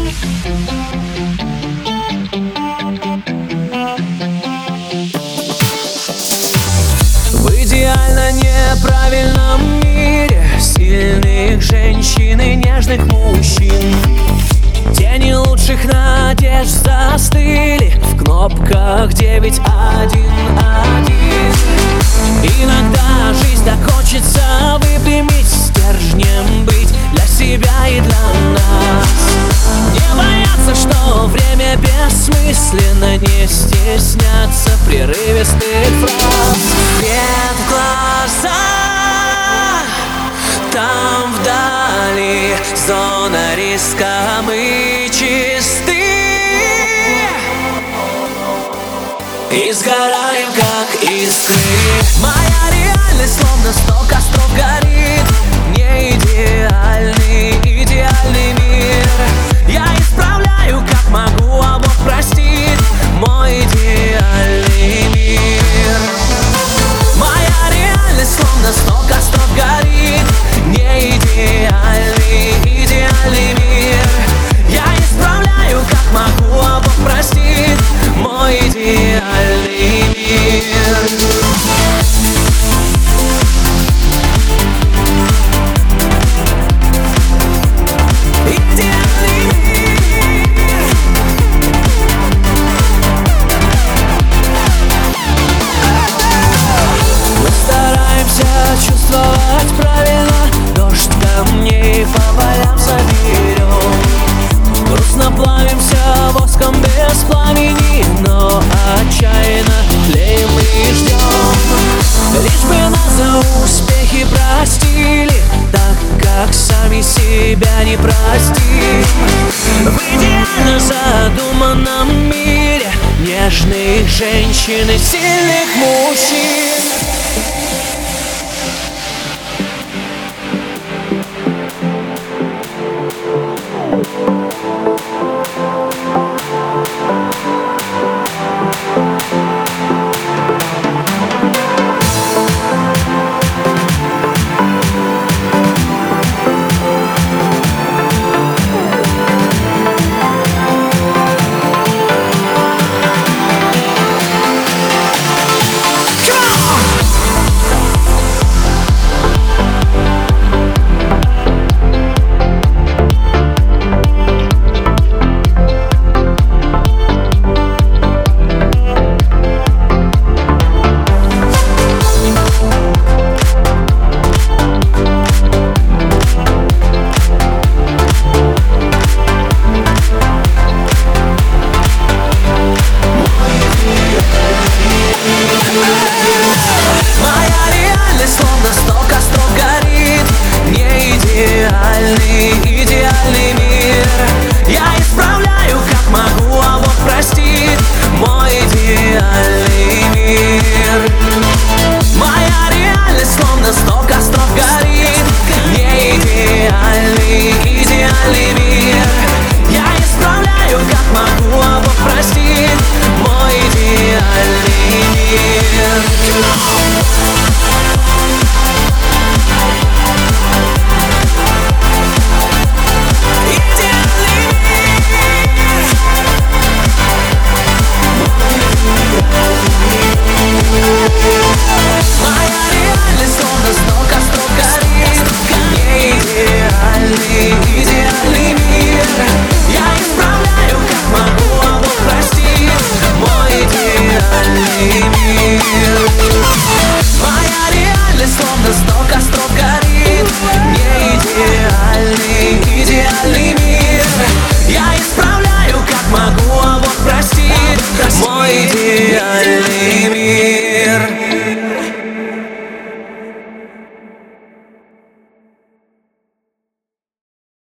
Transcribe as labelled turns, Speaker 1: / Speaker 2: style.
Speaker 1: В идеально неправильном мире сильных женщин и нежных мужчин тени лучших надежд застыли в кнопках 911. Иногда жизнь так хочется выпрямить, стержнем быть для себя и для нас. Не бояться, что время бессмысленно, не стесняться прерывистых фраз. Свет в глазах, там вдали зона риска, мы чисты и сгораем, как искры. Моя реальность словно 100 костров горит. Не идеальный, идеальный мир я исправляю, как могу, а Бог простит. Мой идеальный мир. Моя реальность словно 100 костров горит. Не идеальный, идеальный мир я исправляю, как могу, а Бог простит. Мой идеальный мир. Чувствовать правильно, дождь камней по полям заберем. Грустно плавимся воском без пламени, но отчаянно тлеем и ждем. Лишь бы нас за успехи простили, так как сами себя не простим. В идеально задуманном мире нежных женщин и сильных мужчин